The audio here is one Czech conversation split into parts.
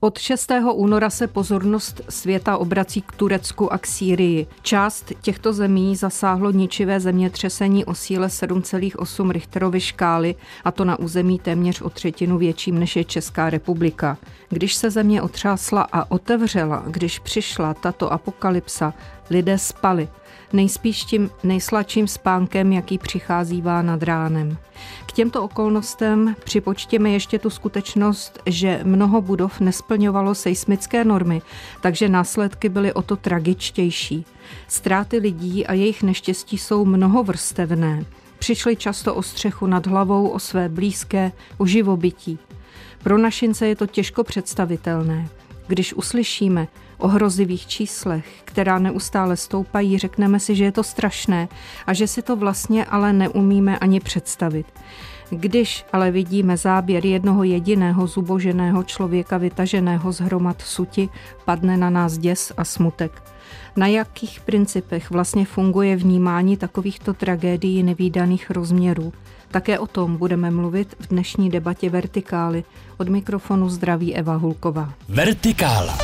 Od 6. února se pozornost světa obrací k Turecku a k Sýrii. Část těchto zemí zasáhlo ničivé zemětřesení o síle 7,8 Richterovy škály, a to na území téměř o třetinu větším než je Česká republika. Když se země otřásla a otevřela, když přišla tato apokalypsa, lidé spali. Nejspíš tím nejsladším spánkem, jaký přicházívá nad ránem. K těmto okolnostem připočtěme ještě tu skutečnost, že mnoho budov nesplňovalo seismické normy, takže následky byly o to tragičtější. Ztráty lidí a jejich neštěstí jsou mnohovrstevné. Přišli často o střechu nad hlavou, o své blízké, o živobytí. Pro našince je to těžko představitelné. Když uslyšíme o hrozivých číslech, která neustále stoupají, řekneme si, že je to strašné a že si to vlastně ale neumíme ani představit. Když ale vidíme záběr jednoho jediného zuboženého člověka vytaženého z hromad suti, padne na nás děs a smutek. Na jakých principech vlastně funguje vnímání takovýchto tragédií nevídaných rozměrů? Také o tom budeme mluvit v dnešní debatě Vertikály. Od mikrofonu zdraví Eva Hulková. Vertikála.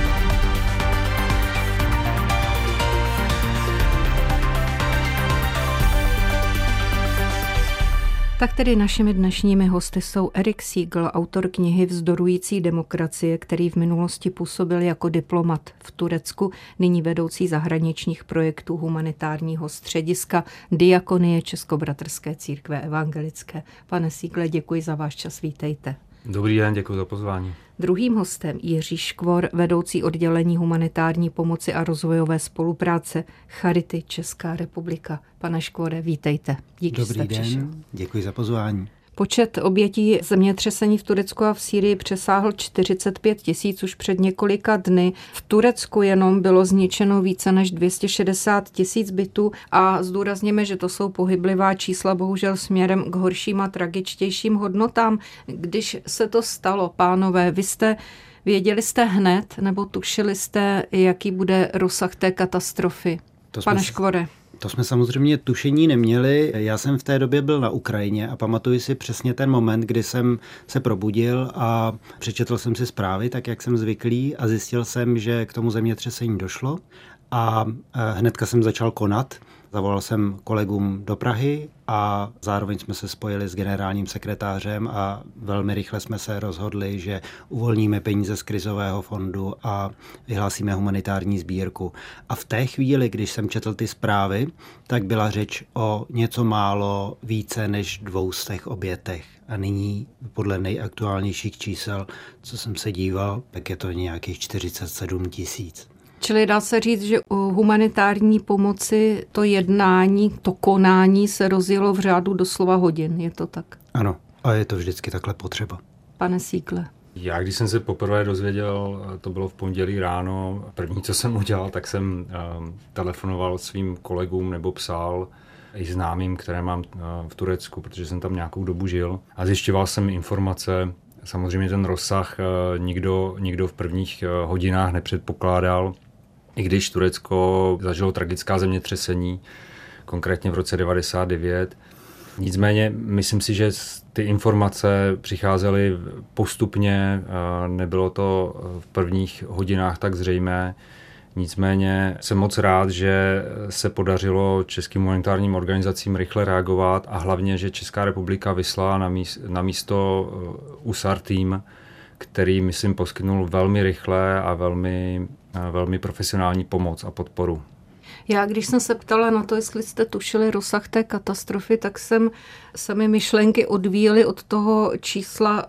Tak tedy našimi dnešními hosty jsou Erik Siegl, autor knihy Vzdorující demokracie, který v minulosti působil jako diplomat v Turecku, nyní vedoucí zahraničních projektů humanitárního střediska Diakonie Českobratrské církve evangelické. Pane Siegle, děkuji za váš čas, vítejte. Dobrý den, děkuji za pozvání. Druhým hostem Jiří Škvor, vedoucí oddělení humanitární pomoci a rozvojové spolupráce Charity Česká republika. Pane Škvore, vítejte. Díky, Dobrý den, děkuji za pozvání. Počet obětí zemětřesení v Turecku a v Sýrii přesáhl 45 000 už před několika dny. V Turecku jenom bylo zničeno více než 260 000 bytů a zdůrazněme, že to jsou pohyblivá čísla, bohužel směrem k horším a tragičtějším hodnotám. Když se to stalo, pánové, věděli jste hned nebo tušili jste, jaký bude rozsah té katastrofy? Pane Škvore. To jsme samozřejmě tušení neměli. Já jsem v té době byl na Ukrajině a pamatuji si přesně ten moment, kdy jsem se probudil a přečetl jsem si zprávy, tak jak jsem zvyklý, a zjistil jsem, že k tomu zemětřesení došlo a hnedka jsem začal konat. Zavolal jsem kolegům do Prahy a zároveň jsme se spojili s generálním sekretářem a velmi rychle jsme se rozhodli, že uvolníme peníze z krizového fondu a vyhlásíme humanitární sbírku. A v té chvíli, když jsem četl ty zprávy, tak byla řeč o něco málo více než 200 obětech. A nyní podle nejaktuálnějších čísel, co jsem se díval, tak je to nějakých 47 000. Čili dá se říct, že u humanitární pomoci to jednání, to konání se rozjelo v řádu doslova hodin, je to tak? Ano, a je to vždycky takhle potřeba. Pane Siegle. Já, když jsem se poprvé dozvěděl, to bylo v pondělí ráno, první, co jsem udělal, tak jsem telefonoval svým kolegům nebo psal i známým, které mám v Turecku, protože jsem tam nějakou dobu žil a zjišťoval jsem informace. Samozřejmě ten rozsah nikdo v prvních hodinách nepředpokládal. I když Turecko zažilo tragická zemětřesení, konkrétně v roce 1999. Nicméně myslím si, že ty informace přicházely postupně, nebylo to v prvních hodinách tak zřejmé. Nicméně jsem moc rád, že se podařilo českým humanitárním organizacím rychle reagovat a hlavně, že Česká republika vyslala na místo USAR tým, který, myslím, poskytnul velmi rychle a velmi profesionální pomoc a podporu. Já, když jsem se ptala na to, jestli jste tušili rozsah té katastrofy, tak sami myšlenky odvíjely od toho čísla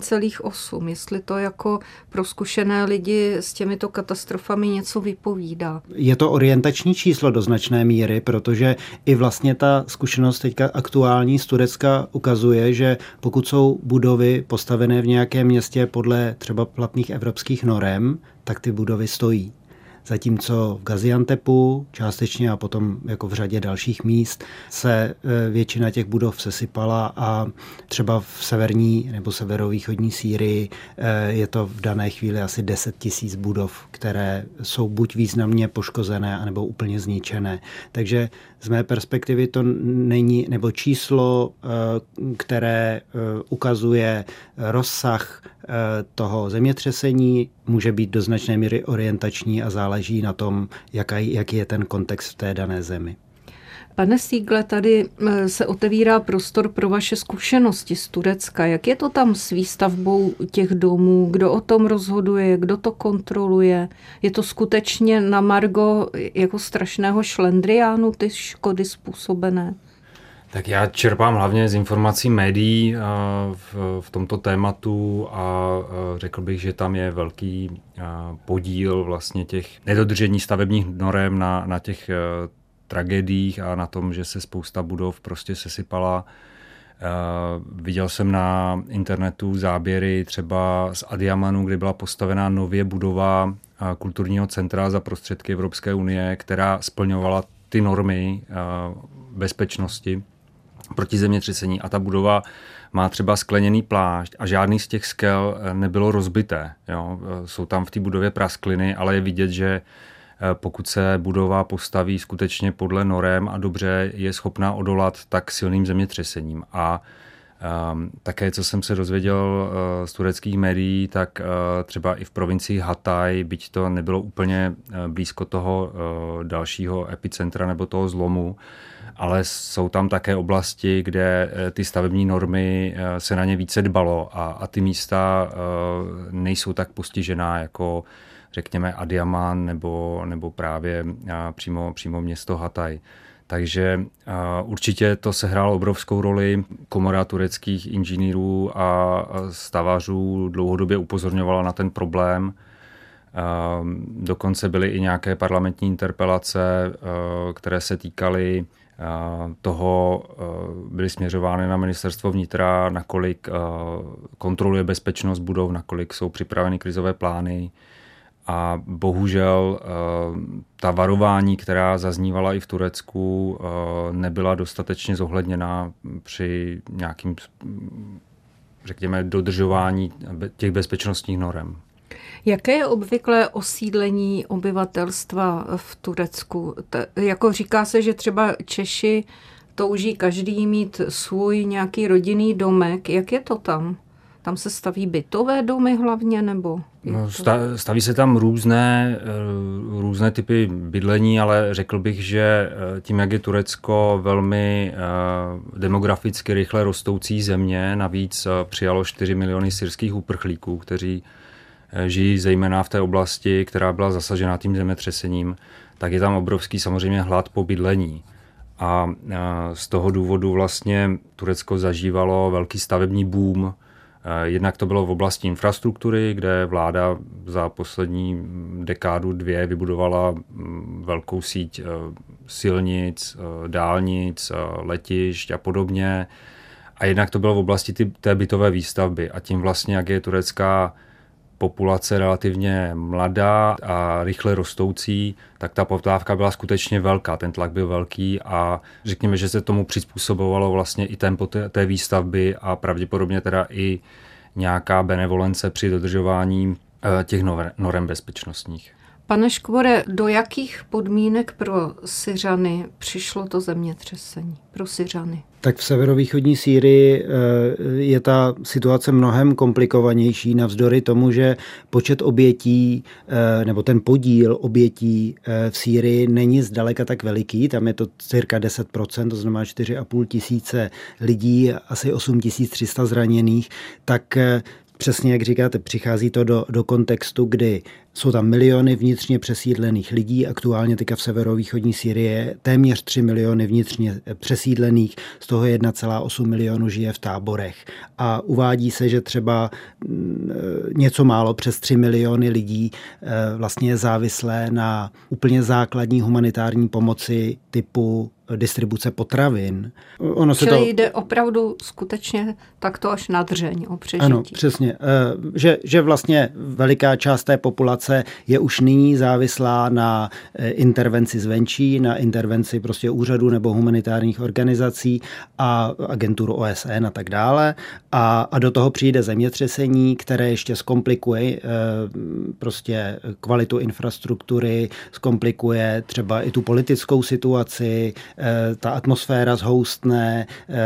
7,8. Jestli to jako pro zkušené lidi s těmito katastrofami něco vypovídá. Je to orientační číslo do značné míry, protože i vlastně ta zkušenost teďka aktuální z Turecka ukazuje, že pokud jsou budovy postavené v nějakém městě podle třeba platných evropských norem, tak ty budovy stojí. Zatímco v Gaziantepu částečně a potom jako v řadě dalších míst se většina těch budov sesypala a třeba v severní nebo severovýchodní Sýrii je to v dané chvíli asi 10 000 budov, které jsou buď významně poškozené, anebo úplně zničené. Takže z mé perspektivy to není, nebo číslo, které ukazuje rozsah toho zemětřesení, může být do značné míry orientační a záleží na tom, jaký je ten kontext v té dané zemi. Pane Siegle, tady se otevírá prostor pro vaše zkušenosti z Turecka. Jak je to tam s výstavbou těch domů? Kdo o tom rozhoduje? Kdo to kontroluje? Je to skutečně na margo jako strašného šlendriánu ty škody způsobené? Tak já čerpám hlavně z informací médií v tomto tématu a řekl bych, že tam je velký podíl vlastně těch nedodržení stavebních norem na těch tragédiích a na tom, že se spousta budov prostě sesypala. Viděl jsem na internetu záběry třeba z Adiamanu, kde byla postavená nově budova kulturního centra za prostředky Evropské unie, která splňovala ty normy bezpečnosti proti zemětřesení. A ta budova má třeba skleněný plášť a žádný z těch skel nebylo rozbité. Jo? Jsou tam v té budově praskliny, ale je vidět, že pokud se budova postaví skutečně podle norem a dobře, je schopná odolat tak silným zemětřesením. A také, co jsem se dozvěděl z tureckých médií, tak třeba i v provincii Hatay, byť to nebylo úplně blízko toho dalšího epicentra nebo toho zlomu, ale jsou tam také oblasti, kde ty stavební normy se na ně více dbalo a ty místa nejsou tak postižená jako řekněme Adiaman nebo právě přímo město Hatay. Takže určitě to sehrálo obrovskou roli. Komora tureckých inženýrů a stavařů dlouhodobě upozorňovala na ten problém. Dokonce byly i nějaké parlamentní interpelace, které se týkaly toho, byly směřovány na ministerstvo vnitra, nakolik kontroluje bezpečnost budov, nakolik jsou připraveny krizové plány. A bohužel ta varování, která zaznívala i v Turecku, nebyla dostatečně zohledněna při nějakým, řekněme, dodržování těch bezpečnostních norem. Jaké je obvyklé osídlení obyvatelstva v Turecku? Jako říká se, že třeba Češi touží každý mít svůj nějaký rodinný domek. Jak je to tam? Tam se staví bytové domy hlavně, nebo? No, staví se tam různé typy bydlení, ale řekl bych, že tím, jak je Turecko velmi demograficky rychle rostoucí země, navíc přijalo 4 miliony syrských uprchlíků, kteří žijí zejména v té oblasti, která byla zasažena tím zemětřesením, tak je tam obrovský samozřejmě hlad po bydlení. A z toho důvodu vlastně Turecko zažívalo velký stavební boom. Jednak to bylo v oblasti infrastruktury, kde vláda za poslední dekádu 2 vybudovala velkou síť silnic, dálnic, letišť a podobně. A jednak to bylo v oblasti té bytové výstavby. A tím vlastně, jak je turecká populace relativně mladá a rychle rostoucí, tak ta poptávka byla skutečně velká, ten tlak byl velký a řekněme, že se tomu přizpůsobovalo vlastně i tempo té výstavby a pravděpodobně teda i nějaká benevolence při dodržování těch norem bezpečnostních. Pane Škvore, do jakých podmínek pro Syřany přišlo to zemětřesení? Pro Syřany? Tak v severovýchodní Sýrii je ta situace mnohem komplikovanější navzdory tomu, že počet obětí nebo ten podíl obětí v Sýrii není zdaleka tak veliký. Tam je to cirka 10%, to znamená 4,5 tisíce lidí, asi 8 300 zraněných. Tak přesně jak říkáte, přichází to do kontextu, kdy jsou tam miliony vnitřně přesídlených lidí, aktuálně teďka v severovýchodní Sýrii téměř 3 miliony vnitřně přesídlených, z toho 1,8 milionu žije v táborech. A uvádí se, že třeba něco málo přes 3 miliony lidí vlastně je závislé na úplně základní humanitární pomoci typu distribuce potravin. Čili jde opravdu skutečně takto až na dřeň o přežití. Ano, přesně. Že vlastně veliká část té populace je už nyní závislá na intervenci zvenčí, na intervenci prostě úřadu nebo humanitárních organizací a agenturu OSN a tak dále. A do toho přijde zemětřesení, které ještě zkomplikuje prostě kvalitu infrastruktury, zkomplikuje třeba i tu politickou situaci, ta atmosféra zhoustne,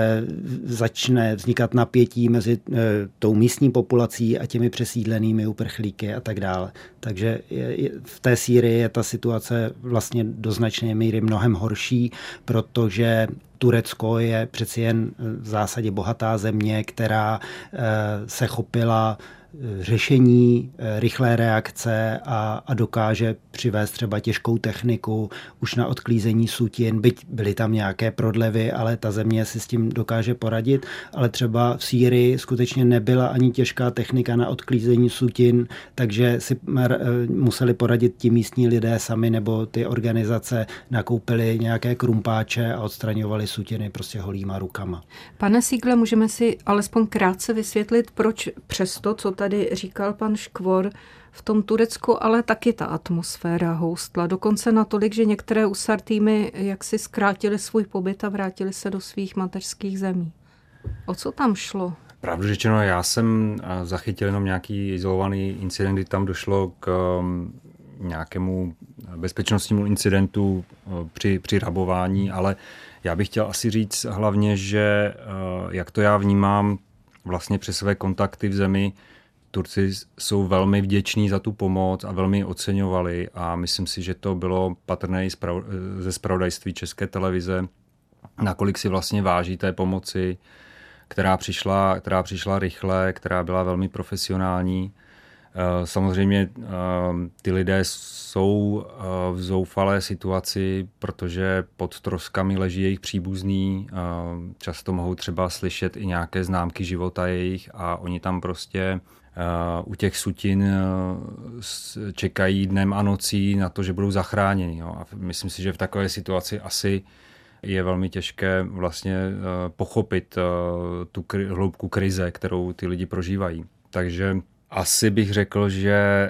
začne vznikat napětí mezi tou místní populací a těmi přesídlenými uprchlíky a tak dále. Takže v té Sýrii je ta situace vlastně do značné míry mnohem horší, protože Turecko je přeci jen v zásadě bohatá země, která se chopila řešení, rychlé reakce a dokáže přivést třeba těžkou techniku už na odklízení sutin, byť byly tam nějaké prodlevy, ale ta země si s tím dokáže poradit, ale třeba v Sýrii skutečně nebyla ani těžká technika na odklízení sutin, takže si museli poradit ti místní lidé sami nebo ty organizace nakoupili nějaké krumpáče a odstraňovali sutiny prostě holýma rukama. Pane Siegle, můžeme si alespoň krátce vysvětlit, proč přesto, co tady říkal pan Škvor, v tom Turecku ale taky ta atmosféra houstla. Dokonce natolik, že některé USAR týmy jaksi zkrátili svůj pobyt a vrátili se do svých mateřských zemí. O co tam šlo? Pravdu řečeno, já jsem zachytil jenom nějaký izolovaný incident, kdy tam došlo k nějakému bezpečnostnímu incidentu při rabování, ale já bych chtěl asi říct hlavně, že jak to já vnímám vlastně přes své kontakty v zemi, Turci jsou velmi vděční za tu pomoc a velmi ji oceňovali a myslím si, že to bylo patrné i ze zpravodajství České televize, nakolik si vlastně váží té pomoci, která přišla rychle, která byla velmi profesionální. Samozřejmě ty lidé jsou v zoufalé situaci, protože pod troskami leží jejich příbuzní, často mohou třeba slyšet i nějaké známky života jejich a oni tam prostě u těch sutin čekají dnem a nocí na to, že budou zachráněni. Jo. A myslím si, že v takové situaci asi je velmi těžké vlastně pochopit tu hloubku krize, kterou ty lidi prožívají. Takže asi bych řekl, že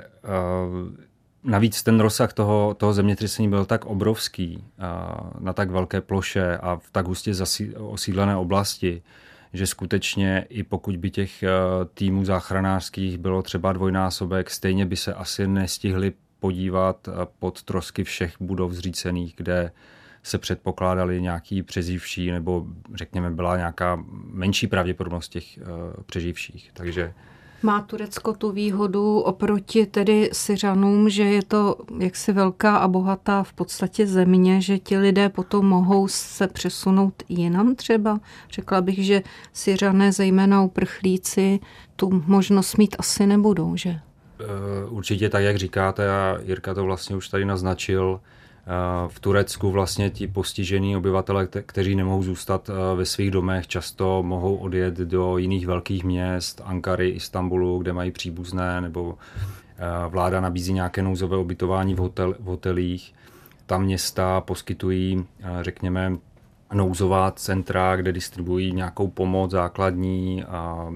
navíc ten rozsah toho zemětřesení byl tak obrovský na tak velké ploše a v tak hustě osídlené oblasti, že skutečně i pokud by těch týmů záchranářských bylo třeba dvojnásobek, stejně by se asi nestihli podívat pod trosky všech budov zřícených, kde se předpokládali nějaký přeživší, nebo řekněme byla nějaká menší pravděpodobnost těch přeživších. Takže má Turecko tu výhodu oproti tedy Syřanům, že je to jaksi velká a bohatá v podstatě země, že ti lidé potom mohou se přesunout jinam třeba? Řekla bych, že Syřané, zejména uprchlíci, tu možnost mít asi nebudou, že? Určitě tak, jak říkáte, a Jirka to vlastně už tady naznačil, v Turecku vlastně ti postižení obyvatele, kteří nemohou zůstat ve svých domech, často mohou odjet do jiných velkých měst, Ankary, Istanbulu, kde mají příbuzné, nebo vláda nabízí nějaké nouzové ubytování v hotelích. Tam města poskytují, řekněme, nouzová centra, kde distribuují nějakou pomoc základní.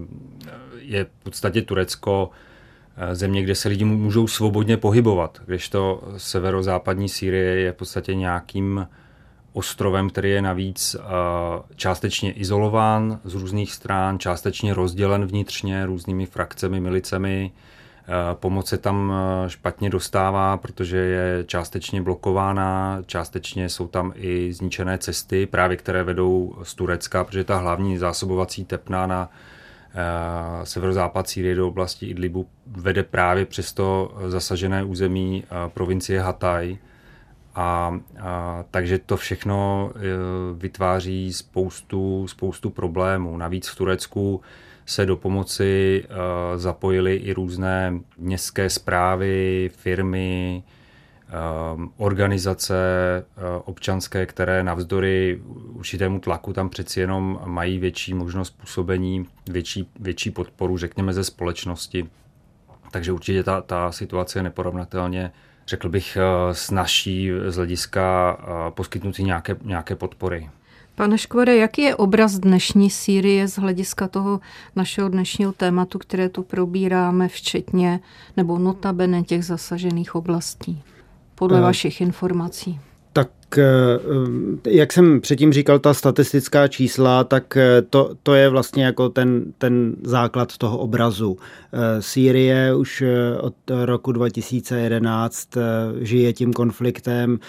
Je v podstatě Turecko země, kde se lidi můžou svobodně pohybovat, kdežto severozápadní Sýrie je v podstatě nějakým ostrovem, který je navíc částečně izolován z různých stran, částečně rozdělen vnitřně různými frakcemi, milicemi. Pomoc se tam špatně dostává, protože je částečně blokována, částečně jsou tam i zničené cesty, právě které vedou z Turecka, protože ta hlavní zásobovací tepna na severozápad Sýrie do oblasti Idlibu vede právě přes to zasažené území provincie Hatay. Takže to všechno vytváří spoustu problémů. Navíc v Turecku se do pomoci zapojily i různé městské správy, firmy, organizace občanské, které navzdory určitému tlaku tam přeci jenom mají větší možnost působení, větší podporu, řekněme, ze společnosti. Takže určitě ta situace je neporovnatelně, řekl bych, snazší z hlediska poskytnutí nějaké podpory. Pane Škvore, jaký je obraz dnešní Sýrie z hlediska toho našeho dnešního tématu, které tu probíráme, včetně nebo notabene těch zasažených oblastí? Podle vašich informací. Tak Jak jsem předtím říkal, ta statistická čísla, tak to je vlastně jako ten základ toho obrazu. Sýrie už od roku 2011 žije tím konfliktem.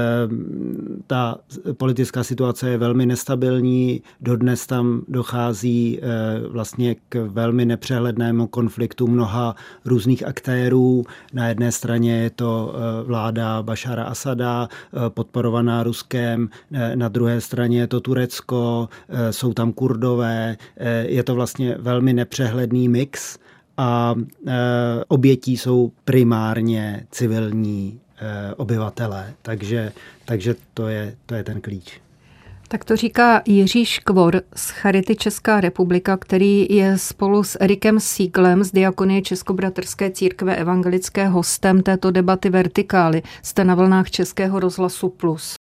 Ta politická situace je velmi nestabilní. Dodnes tam dochází vlastně k velmi nepřehlednému konfliktu mnoha různých aktérů. Na jedné straně je to vláda Bašara Asada, podporovaná Ruskem, na druhé straně je to Turecko, jsou tam Kurdové, je to vlastně velmi nepřehledný mix a obětí jsou primárně civilní obyvatelé, takže to je ten klíč. Tak to říká Jiří Škvor z Charity Česká republika, který je spolu s Erikem Sieglem z Diakonie Českobratrské církve evangelické hostem této debaty Vertikály. Jste na vlnách Českého rozhlasu Plus.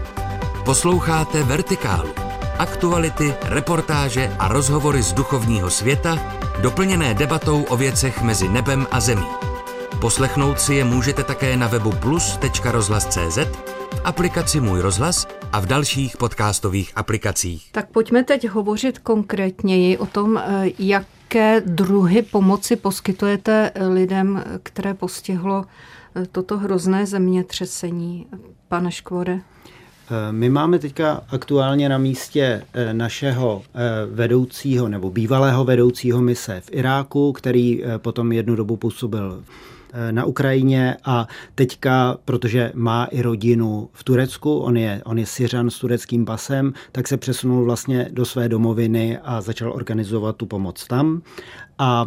Posloucháte Vertikálu. Aktuality, reportáže a rozhovory z duchovního světa, doplněné debatou o věcech mezi nebem a zemí. Poslechnout si je můžete také na webu plus.rozhlas.cz, v aplikaci Můj rozhlas a v dalších podcastových aplikacích. Tak pojďme teď hovořit konkrétněji o tom, jaké druhy pomoci poskytujete lidem, které postihlo toto hrozné zemětřesení. Pane Škvore? My máme teďka aktuálně na místě našeho vedoucího nebo bývalého vedoucího mise v Iráku, který potom jednu dobu působil na Ukrajině a teďka, protože má i rodinu v Turecku, on je Syřan s tureckým pasem, tak se přesunul vlastně do své domoviny a začal organizovat tu pomoc tam. A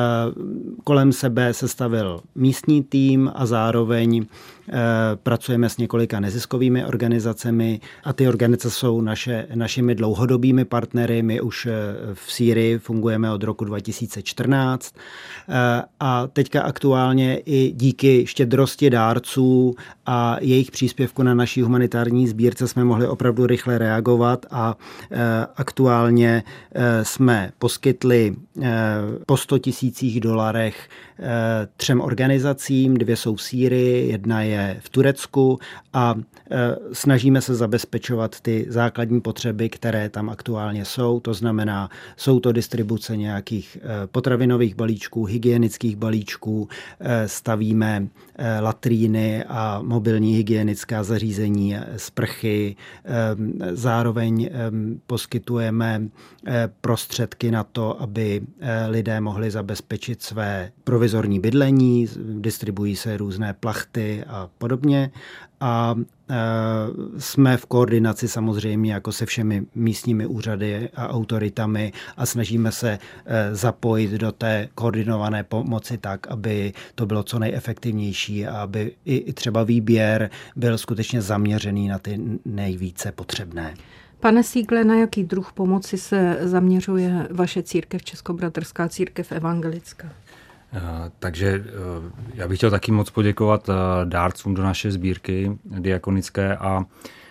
kolem sebe sestavil místní tým a zároveň pracujeme s několika neziskovými organizacemi a ty organizace jsou našimi dlouhodobými partnery. My už v Sýrii fungujeme od roku 2014 a teďka aktuálně i díky štědrosti dárců a jejich příspěvku na naší humanitární sbírce jsme mohli opravdu rychle reagovat a aktuálně jsme poskytli po $100,000 3 organizacím, 2 jsou v Sýrii, 1 je v Turecku a snažíme se zabezpečovat ty základní potřeby, které tam aktuálně jsou. To znamená, jsou to distribuce nějakých potravinových balíčků, hygienických balíčků, stavíme latríny a mobilní hygienická zařízení, sprchy, zároveň poskytujeme prostředky na to, aby lidé mohli zabezpečit své provizorní bydlení, distribuují se různé plachty a podobně a jsme v koordinaci samozřejmě jako se všemi místními úřady a autoritami a snažíme se zapojit do té koordinované pomoci tak, aby to bylo co nejefektivnější a aby i třeba výběr byl skutečně zaměřený na ty nejvíce potřebné. Pane Siegle, na jaký druh pomoci se zaměřuje vaše církev, Českobratrská církev evangelická? Takže já bych chtěl taky moc poděkovat dárcům do naší sbírky diakonické a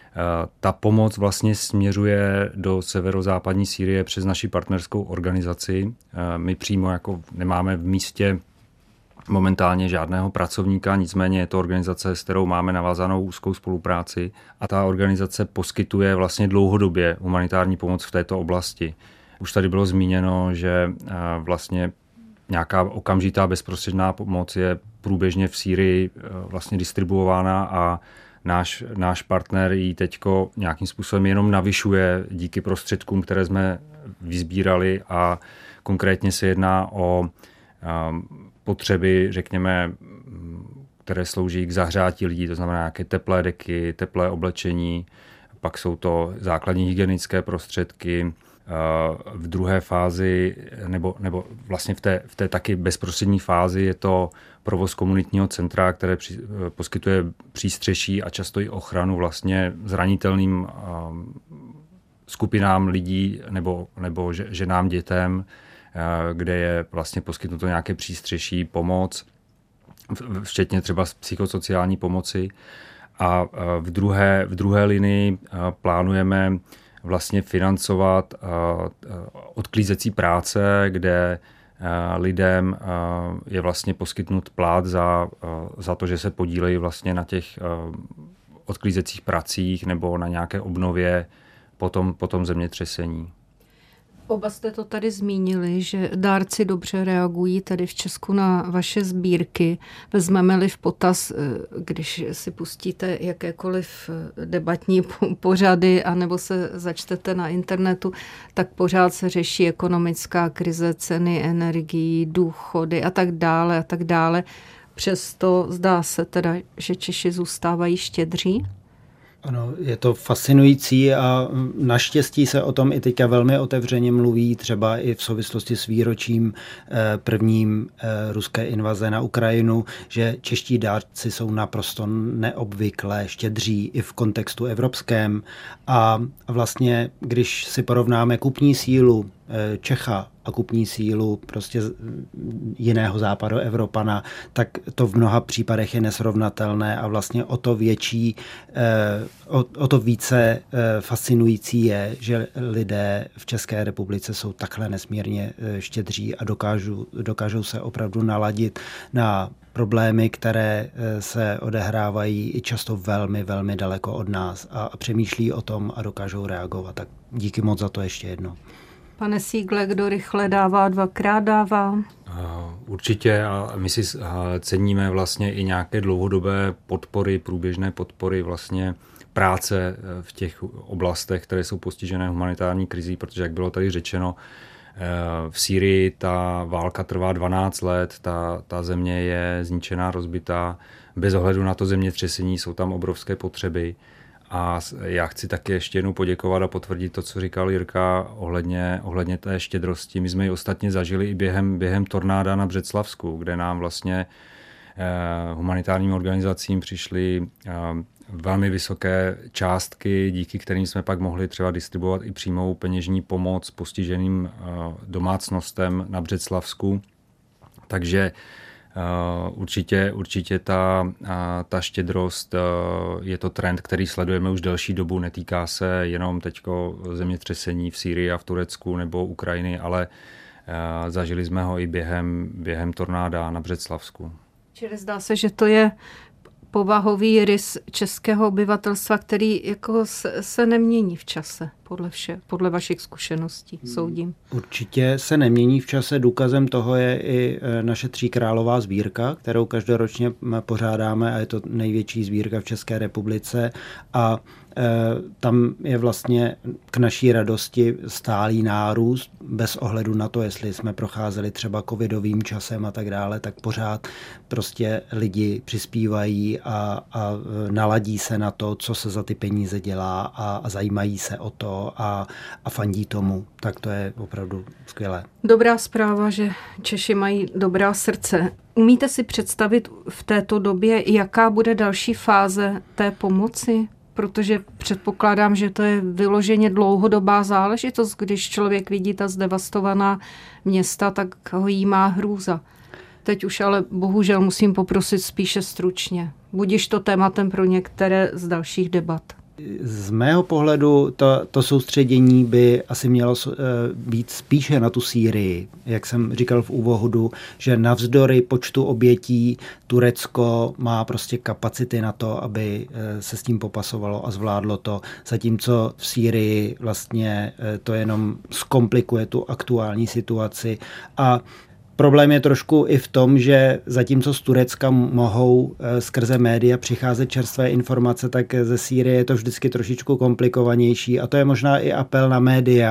ta pomoc vlastně směřuje do severozápadní Sýrie přes naši partnerskou organizaci. My přímo jako nemáme v místě momentálně žádného pracovníka, nicméně je to organizace, s kterou máme navázanou úzkou spolupráci a ta organizace poskytuje vlastně dlouhodobě humanitární pomoc v této oblasti. Už tady bylo zmíněno, že vlastně nějaká okamžitá bezprostředná pomoc je průběžně v Sýrii vlastně distribuována a náš partner ji teďko nějakým způsobem jenom navyšuje díky prostředkům, které jsme vysbírali a konkrétně se jedná o potřeby, řekněme, které slouží k zahřátí lidí, to znamená nějaké teplé deky, teplé oblečení, pak jsou to základní hygienické prostředky. V druhé fázi, nebo vlastně v té taky bezprostřední fázi je to provoz komunitního centra, které poskytuje přístřeší a často i ochranu vlastně zranitelným skupinám lidí nebo ženám, dětem, kde je vlastně poskytnuto nějaké přístřeší, pomoc, včetně třeba psychosociální pomoci. A v druhé linii plánujeme vlastně financovat odklízecí práce, kde lidem je vlastně poskytnut plát za to, že se podílejí vlastně na těch odklízecích pracích nebo na nějaké obnově po tom zemětřesení. Oba jste to tady zmínili, že dárci dobře reagují tady v Česku na vaše sbírky. Vezmeme-li v potaz, když si pustíte jakékoliv debatní pořady anebo se začtete na internetu, tak pořád se řeší ekonomická krize, ceny energií, důchody a tak dále a tak dále. Přesto zdá se teda, že Češi zůstávají štědří. Ano, je to fascinující a naštěstí se o tom i teďka velmi otevřeně mluví, třeba i v souvislosti s výročím prvním ruské invaze na Ukrajinu, že čeští dárci jsou naprosto neobvykle štědří i v kontextu evropském a vlastně, když si porovnáme kupní sílu Čecha a kupní sílu prostě jiného západoevropana, tak to v mnoha případech je nesrovnatelné a vlastně o to větší, o to více fascinující je, že lidé v České republice jsou takhle nesmírně štědří a dokážou se opravdu naladit na problémy, které se odehrávají i často velmi, velmi daleko od nás a přemýšlí o tom a dokážou reagovat. Tak díky moc za to ještě jednou. Pane Sígle, kdo rychle dává, dvakrát dává? Určitě a my si ceníme vlastně i nějaké dlouhodobé podpory, průběžné podpory vlastně práce v těch oblastech, které jsou postižené humanitární krizí, protože jak bylo tady řečeno, v Sýrii ta válka trvá 12 let, ta země je zničená, rozbitá, bez ohledu na to zemětřesení jsou tam obrovské potřeby. A já chci taky ještě jednou poděkovat a potvrdit to, co říkal Jirka ohledně té štědrosti. My jsme ji ostatně zažili i během tornáda na Břeclavsku, kde nám vlastně humanitárním organizacím přišly velmi vysoké částky, díky kterým jsme pak mohli třeba distribuovat i přímou peněžní pomoc postiženým domácnostem na Břeclavsku. Takže určitě ta štědrost je to trend, který sledujeme už delší dobu. Netýká se jenom teďko zemětřesení v Sýrii a v Turecku nebo Ukrajiny, ale zažili jsme ho i během tornáda na Břeclavsku. Čili zdá se, že to je povahový rys českého obyvatelstva, který jako se nemění v čase, podle vašich zkušeností, soudím. Určitě se nemění v čase. Důkazem toho je i naše tříkrálová sbírka, kterou každoročně pořádáme a je to největší sbírka v České republice a tam je vlastně k naší radosti stálý nárůst, bez ohledu na to, jestli jsme procházeli třeba covidovým časem a tak dále, tak pořád prostě lidi přispívají a naladí se na to, co se za ty peníze dělá a zajímají se o to a fandí tomu. Tak to je opravdu skvělé. Dobrá zpráva, že Češi mají dobrá srdce. Umíte si představit v této době, jaká bude další fáze té pomoci? Protože předpokládám, že to je vyloženě dlouhodobá záležitost. Když člověk vidí ta zdevastovaná města, tak ho jímá hrůza. Teď už ale bohužel musím poprosit spíše stručně. Budiž to tématem pro některé z dalších debat. Z mého pohledu to soustředění by asi mělo být spíše na tu Sýrii. Jak jsem říkal v úvodu, že navzdory počtu obětí Turecko má prostě kapacity na to, aby se s tím popasovalo a zvládlo to. Zatímco v Sýrii vlastně to jenom zkomplikuje tu aktuální situaci a problém je trošku i v tom, že zatímco z Turecka mohou skrze média přicházet čerstvé informace, tak ze Sýrie je to vždycky trošičku komplikovanější a to je možná i apel na média,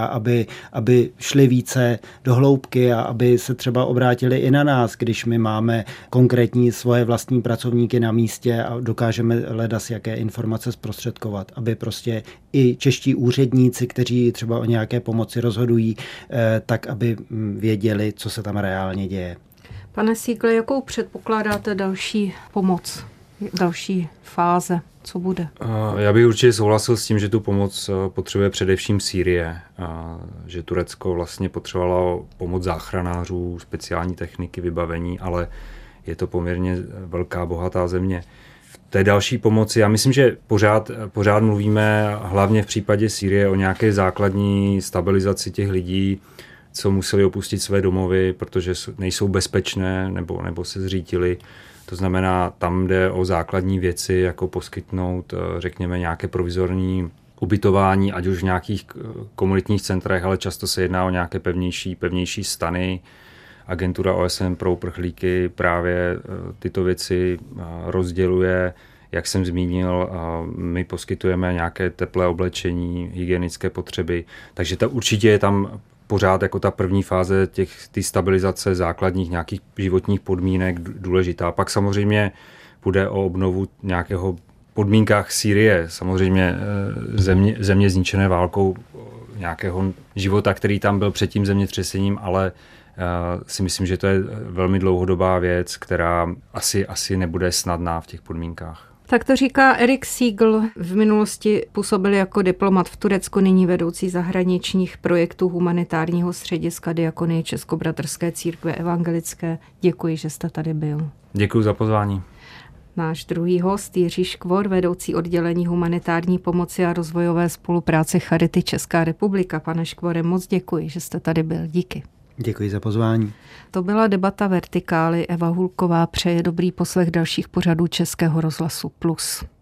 aby šli více do hloubky a aby se třeba obrátili i na nás, když my máme konkrétní svoje vlastní pracovníky na místě a dokážeme ledas jaké informace zprostředkovat, aby prostě i čeští úředníci, kteří třeba o nějaké pomoci rozhodují, tak aby věděli, co se tam reálně děje. Pane Sígle, jakou předpokládáte další pomoc, další fáze? Co bude? Já bych určitě souhlasil s tím, že tu pomoc potřebuje především Sýrie. Že Turecko vlastně potřebovalo pomoc záchranářů, speciální techniky, vybavení, ale je to poměrně velká, bohatá země. V té další pomoci, já myslím, že pořád mluvíme hlavně v případě Sýrie o nějaké základní stabilizaci těch lidí, co museli opustit své domovy, protože nejsou bezpečné nebo se zřítili. To znamená, tam jde o základní věci, jako poskytnout, řekněme, nějaké provizorní ubytování, ať už v nějakých komunitních centrech, ale často se jedná o nějaké pevnější stany. Agentura OSN pro uprchlíky právě tyto věci rozděluje. Jak jsem zmínil, my poskytujeme nějaké teplé oblečení, hygienické potřeby, takže určitě je tam pořád jako ta první fáze ty stabilizace základních nějakých životních podmínek důležitá. Pak samozřejmě půjde o obnovu nějakého podmínkách Sýrie, samozřejmě země zničené válkou, nějakého života, který tam byl před tím zemětřesením, ale si myslím, že to je velmi dlouhodobá věc, která asi nebude snadná v těch podmínkách. Tak to říká Erik Siegl. V minulosti působil jako diplomat v Turecku, nyní vedoucí zahraničních projektů humanitárního střediska Diakonie Českobratrské církve evangelické. Děkuji, že jste tady byl. Děkuji za pozvání. Náš druhý host Jiří Škvor, vedoucí oddělení humanitární pomoci a rozvojové spolupráce Charity Česká republika. Pane Škvore, moc děkuji, že jste tady byl. Díky. Děkuji za pozvání. To byla debata Vertikály. Eva Hulková přeje dobrý poslech dalších pořadů Českého rozhlasu Plus.